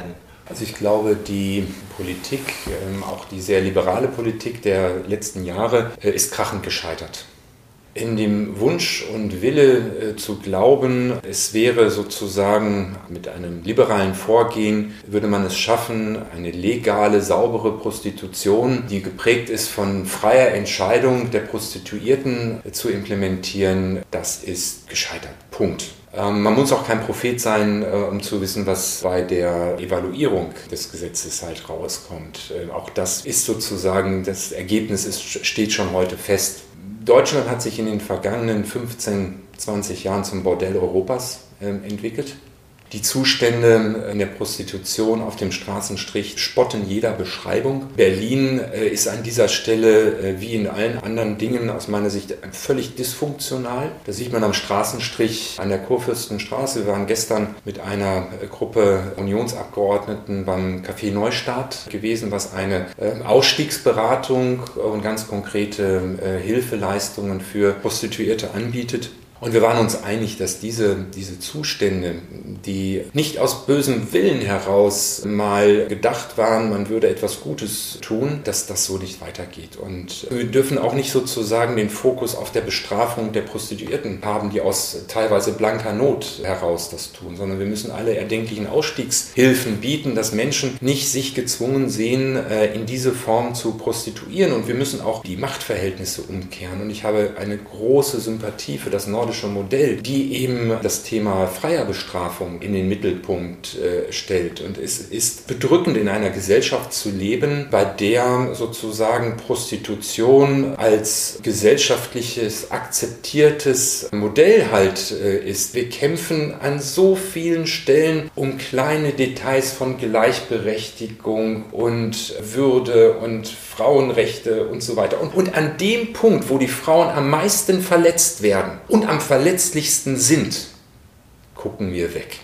Also ich glaube, die Politik, auch die sehr liberale Politik der letzten Jahre, ist krachend gescheitert. In dem Wunsch und Wille zu glauben, es wäre sozusagen mit einem liberalen Vorgehen, würde man es schaffen, eine legale, saubere Prostitution, die geprägt ist von freier Entscheidung der Prostituierten, zu implementieren, das ist gescheitert. Punkt. Man muss auch kein Prophet sein, um zu wissen, was bei der Evaluierung des Gesetzes halt rauskommt. Auch das ist sozusagen, das Ergebnis steht schon heute fest. Deutschland hat sich in den vergangenen 15, 20 Jahren zum Bordell Europas entwickelt. Die Zustände in der Prostitution auf dem Straßenstrich spotten jeder Beschreibung. Berlin ist an dieser Stelle, wie in allen anderen Dingen, aus meiner Sicht völlig dysfunktional. Das sieht man am Straßenstrich an der Kurfürstenstraße. Wir waren gestern mit einer Gruppe Unionsabgeordneten beim Café Neustadt gewesen, was eine Ausstiegsberatung und ganz konkrete Hilfeleistungen für Prostituierte anbietet. Und wir waren uns einig, dass diese Zustände, die nicht aus bösem Willen heraus mal gedacht waren, man würde etwas Gutes tun, dass das so nicht weitergeht. Und wir dürfen auch nicht sozusagen den Fokus auf der Bestrafung der Prostituierten haben, die aus teilweise blanker Not heraus das tun, sondern wir müssen alle erdenklichen Ausstiegshilfen bieten, dass Menschen nicht sich gezwungen sehen, in diese Form zu prostituieren. Und wir müssen auch die Machtverhältnisse umkehren. Und ich habe eine große Sympathie für das nordische Modell, die eben das Thema freier Bestrafung in den Mittelpunkt stellt. Und es ist bedrückend, in einer Gesellschaft zu leben, bei der sozusagen Prostitution als gesellschaftliches, akzeptiertes Modell halt ist. Wir kämpfen an so vielen Stellen um kleine Details von Gleichberechtigung und Würde und Frauenrechte und so weiter. Und an dem Punkt, wo die Frauen am meisten verletzt werden und am verletzlichsten sind, gucken wir weg.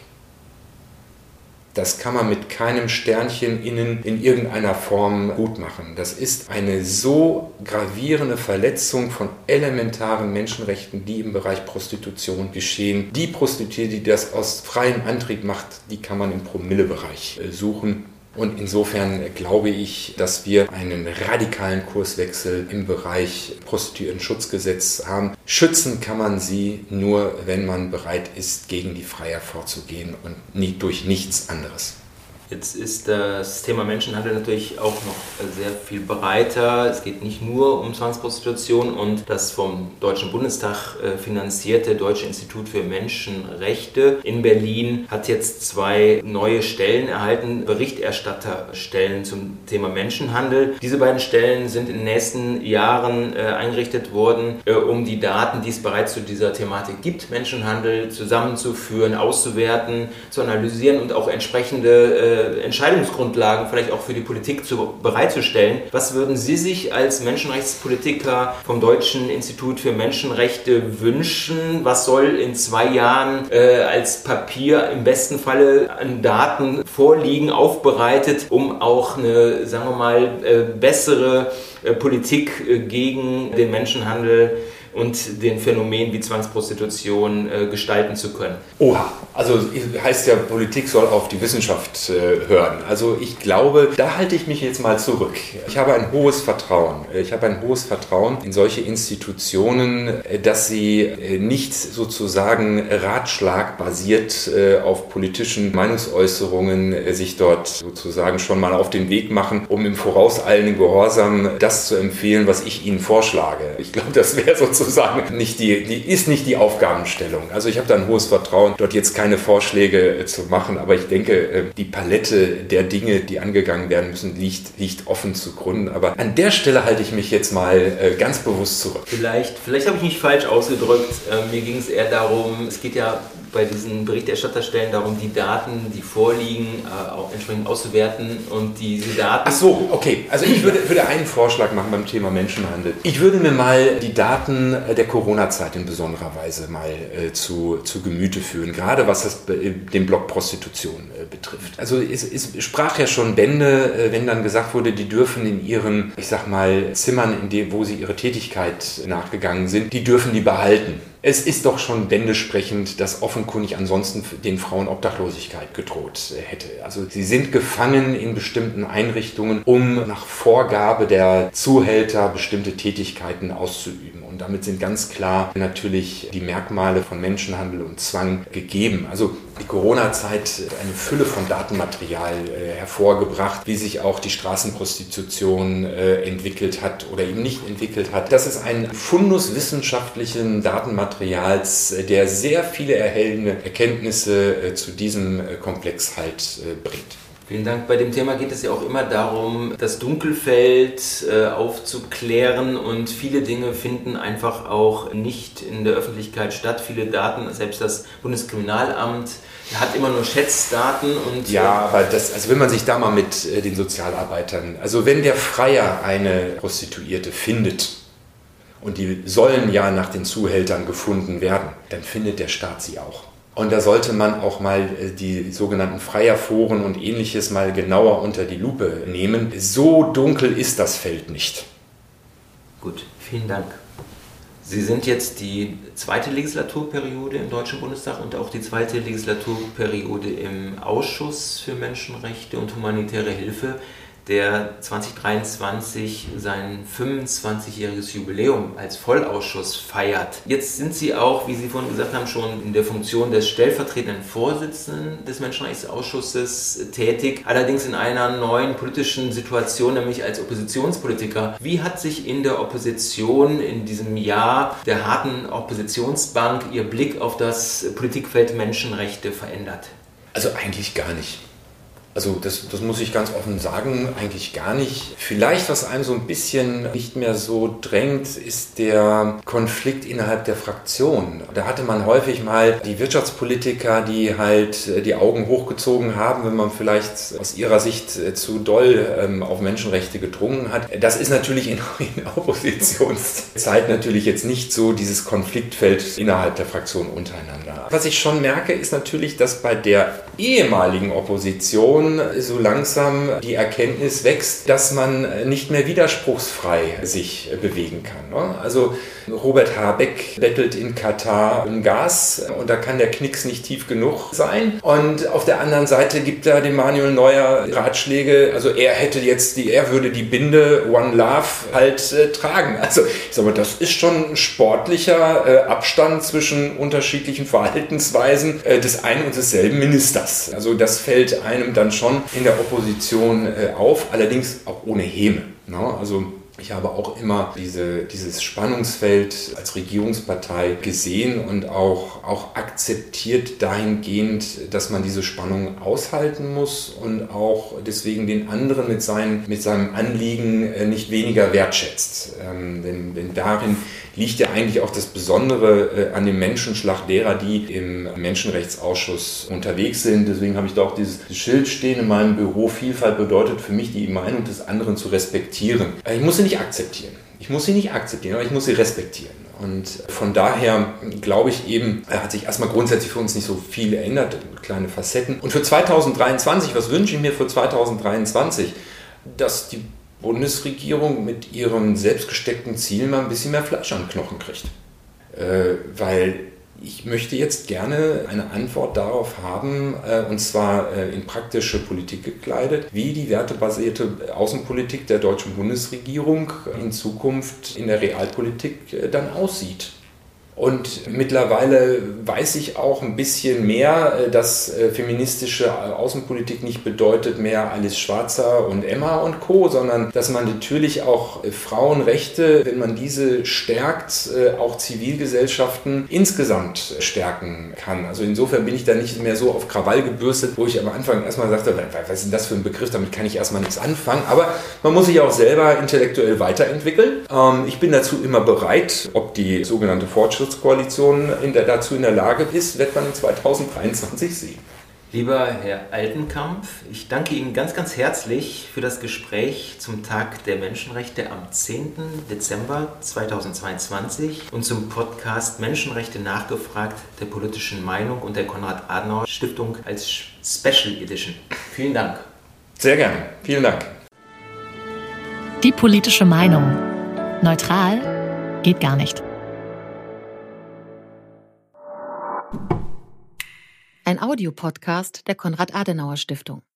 Das kann man mit keinem Sternchen innen in irgendeiner Form gut machen. Das ist eine so gravierende Verletzung von elementaren Menschenrechten, die im Bereich Prostitution geschehen. Die Prostituierte, die das aus freiem Antrieb macht, die kann man im Promillebereich suchen. Und insofern glaube ich, dass wir einen radikalen Kurswechsel im Bereich Prostituiertenschutzgesetz haben. Schützen kann man sie nur, wenn man bereit ist, gegen die Freier vorzugehen und nie durch nichts anderes. Jetzt ist das Thema Menschenhandel natürlich auch noch sehr viel breiter. Es geht nicht nur um Zwangsprostitution, und das vom Deutschen Bundestag finanzierte Deutsche Institut für Menschenrechte in Berlin hat jetzt 2 neue Stellen erhalten, Berichterstatterstellen zum Thema Menschenhandel. Diese beiden Stellen sind in den nächsten Jahren eingerichtet worden, um die Daten, die es bereits zu dieser Thematik gibt, Menschenhandel zusammenzuführen, auszuwerten, zu analysieren und auch entsprechende Entscheidungsgrundlagen vielleicht auch für die Politik bereitzustellen. Was würden Sie sich als Menschenrechtspolitiker vom Deutschen Institut für Menschenrechte wünschen? Was soll in 2 Jahren als Papier im besten Falle an Daten vorliegen, aufbereitet, um auch eine, sagen wir mal, bessere Politik gegen den Menschenhandel und den Phänomenen wie Zwangsprostitution gestalten zu können? Oha, also heißt ja, Politik soll auf die Wissenschaft hören. Also ich glaube, da halte ich mich jetzt mal zurück. Ich habe ein hohes Vertrauen. Ich habe ein hohes Vertrauen in solche Institutionen, dass sie nicht sozusagen ratschlagbasiert auf politischen Meinungsäußerungen sich dort sozusagen schon mal auf den Weg machen, um im vorauseilenden Gehorsam das zu empfehlen, was ich ihnen vorschlage. Ich glaube, das wäre sozusagen nicht die Aufgabenstellung. Also ich habe da ein hohes Vertrauen, dort jetzt keine Vorschläge zu machen, aber ich denke, die Palette der Dinge, die angegangen werden müssen, liegt offen zugrunde. Aber an der Stelle halte ich mich jetzt mal ganz bewusst zurück. Vielleicht habe ich mich falsch ausgedrückt. Mir ging es eher darum, es geht ja bei diesen Berichterstatterstellen darum, die Daten, die vorliegen, auch entsprechend auszuwerten und diese Daten... Ach so, okay. Also ich würde einen Vorschlag machen beim Thema Menschenhandel. Ich würde mir mal die Daten Zeiten der Corona-Zeit in besonderer Weise mal zu Gemüte führen, gerade was den Block Prostitution betrifft. Also es sprach ja schon Bände, wenn dann gesagt wurde, die dürfen in ihren, ich sag mal, Zimmern, wo sie ihre Tätigkeit nachgegangen sind, die dürfen die behalten. Es ist doch schon bändesprechend, dass offenkundig ansonsten den Frauen Obdachlosigkeit gedroht hätte. Also sie sind gefangen in bestimmten Einrichtungen, um nach Vorgabe der Zuhälter bestimmte Tätigkeiten auszuüben. Und damit sind ganz klar natürlich die Merkmale von Menschenhandel und Zwang gegeben. Also die Corona-Zeit hat eine Fülle von Datenmaterial hervorgebracht, wie sich auch die Straßenprostitution entwickelt hat oder eben nicht entwickelt hat. Das ist ein Fundus wissenschaftlichen Datenmaterials, der sehr viele erhellende Erkenntnisse zu diesem Komplex halt bringt. Vielen Dank. Bei dem Thema geht es ja auch immer darum, das Dunkelfeld aufzuklären, und viele Dinge finden einfach auch nicht in der Öffentlichkeit statt. Viele Daten, selbst das Bundeskriminalamt hat immer nur Schätzdaten. Und ja, aber also wenn man sich da mal mit den Sozialarbeitern, also wenn der Freier eine Prostituierte findet, und die sollen ja nach den Zuhältern gefunden werden, dann findet der Staat sie auch. Und da sollte man auch mal die sogenannten Freierforen und Ähnliches mal genauer unter die Lupe nehmen. So dunkel ist das Feld nicht. Gut, vielen Dank. Sie sind jetzt die zweite Legislaturperiode im Deutschen Bundestag und auch die zweite Legislaturperiode im Ausschuss für Menschenrechte und humanitäre Hilfe, der 2023 sein 25-jähriges Jubiläum als Vollausschuss feiert. Jetzt sind Sie auch, wie Sie vorhin gesagt haben, schon in der Funktion des stellvertretenden Vorsitzenden des Menschenrechtsausschusses tätig, allerdings in einer neuen politischen Situation, nämlich als Oppositionspolitiker. Wie hat sich in der Opposition in diesem Jahr der harten Oppositionsbank Ihr Blick auf das Politikfeld Menschenrechte verändert? Also eigentlich gar nicht. Also das muss ich ganz offen sagen, eigentlich gar nicht. Vielleicht, was einem so ein bisschen nicht mehr so drängt, ist der Konflikt innerhalb der Fraktion. Da hatte man häufig mal die Wirtschaftspolitiker, die halt die Augen hochgezogen haben, wenn man vielleicht aus ihrer Sicht zu doll auf Menschenrechte gedrungen hat. Das ist natürlich in der Oppositionszeit natürlich jetzt nicht so dieses Konfliktfeld innerhalb der Fraktion untereinander. Was ich schon merke, ist natürlich, dass bei der ehemaligen Opposition so langsam die Erkenntnis wächst, dass man nicht mehr widerspruchsfrei sich bewegen kann. Also Robert Habeck bettelt in Katar um Gas und da kann der Knicks nicht tief genug sein. Und auf der anderen Seite gibt er dem Manuel Neuer Ratschläge, also er würde die Binde One Love halt tragen. Also ich sage mal, das ist schon ein sportlicher Abstand zwischen unterschiedlichen Verhaltensweisen des einen und desselben Ministers. Also das fällt einem dann schon in der Opposition auf, allerdings auch ohne Häme. Also ich habe auch immer dieses Spannungsfeld als Regierungspartei gesehen und auch akzeptiert dahingehend, dass man diese Spannung aushalten muss und auch deswegen den anderen mit seinem Anliegen nicht weniger wertschätzt. Denn darin liegt ja eigentlich auch das Besondere an dem Menschenschlag derer, die im Menschenrechtsausschuss unterwegs sind. Deswegen habe ich da auch dieses Schild stehen in meinem Büro: Vielfalt bedeutet für mich, die Meinung des anderen zu respektieren. Ich muss sie nicht akzeptieren. Aber ich muss sie respektieren. Und von daher glaube ich eben, hat sich erstmal grundsätzlich für uns nicht so viel geändert, kleine Facetten. Und für 2023, was wünsche ich mir für 2023? Dass die Bundesregierung mit ihrem selbstgesteckten Ziel mal ein bisschen mehr Fleisch an den Knochen kriegt. Weil ich möchte jetzt gerne eine Antwort darauf haben, und zwar in praktische Politik gekleidet, wie die wertebasierte Außenpolitik der deutschen Bundesregierung in Zukunft in der Realpolitik dann aussieht. Und mittlerweile weiß ich auch ein bisschen mehr, dass feministische Außenpolitik nicht bedeutet mehr Alice Schwarzer und Emma und Co., sondern dass man natürlich auch Frauenrechte, wenn man diese stärkt, auch Zivilgesellschaften insgesamt stärken kann. Also insofern bin ich da nicht mehr so auf Krawall gebürstet, wo ich am Anfang erstmal sagte, was ist denn das für ein Begriff, damit kann ich erstmal nichts anfangen. Aber man muss sich auch selber intellektuell weiterentwickeln. Ich bin dazu immer bereit, ob die sogenannte Fortschrittskoalition dazu in der Lage ist, wird man in 2023 sehen. Lieber Herr Altenkamp, ich danke Ihnen ganz, ganz herzlich für das Gespräch zum Tag der Menschenrechte am 10. Dezember 2022 und zum Podcast Menschenrechte nachgefragt der politischen Meinung und der Konrad-Adenauer-Stiftung als Special Edition. Vielen Dank. Sehr gerne. Vielen Dank. Die politische Meinung. Neutral geht gar nicht. Ein Audiopodcast der Konrad-Adenauer-Stiftung.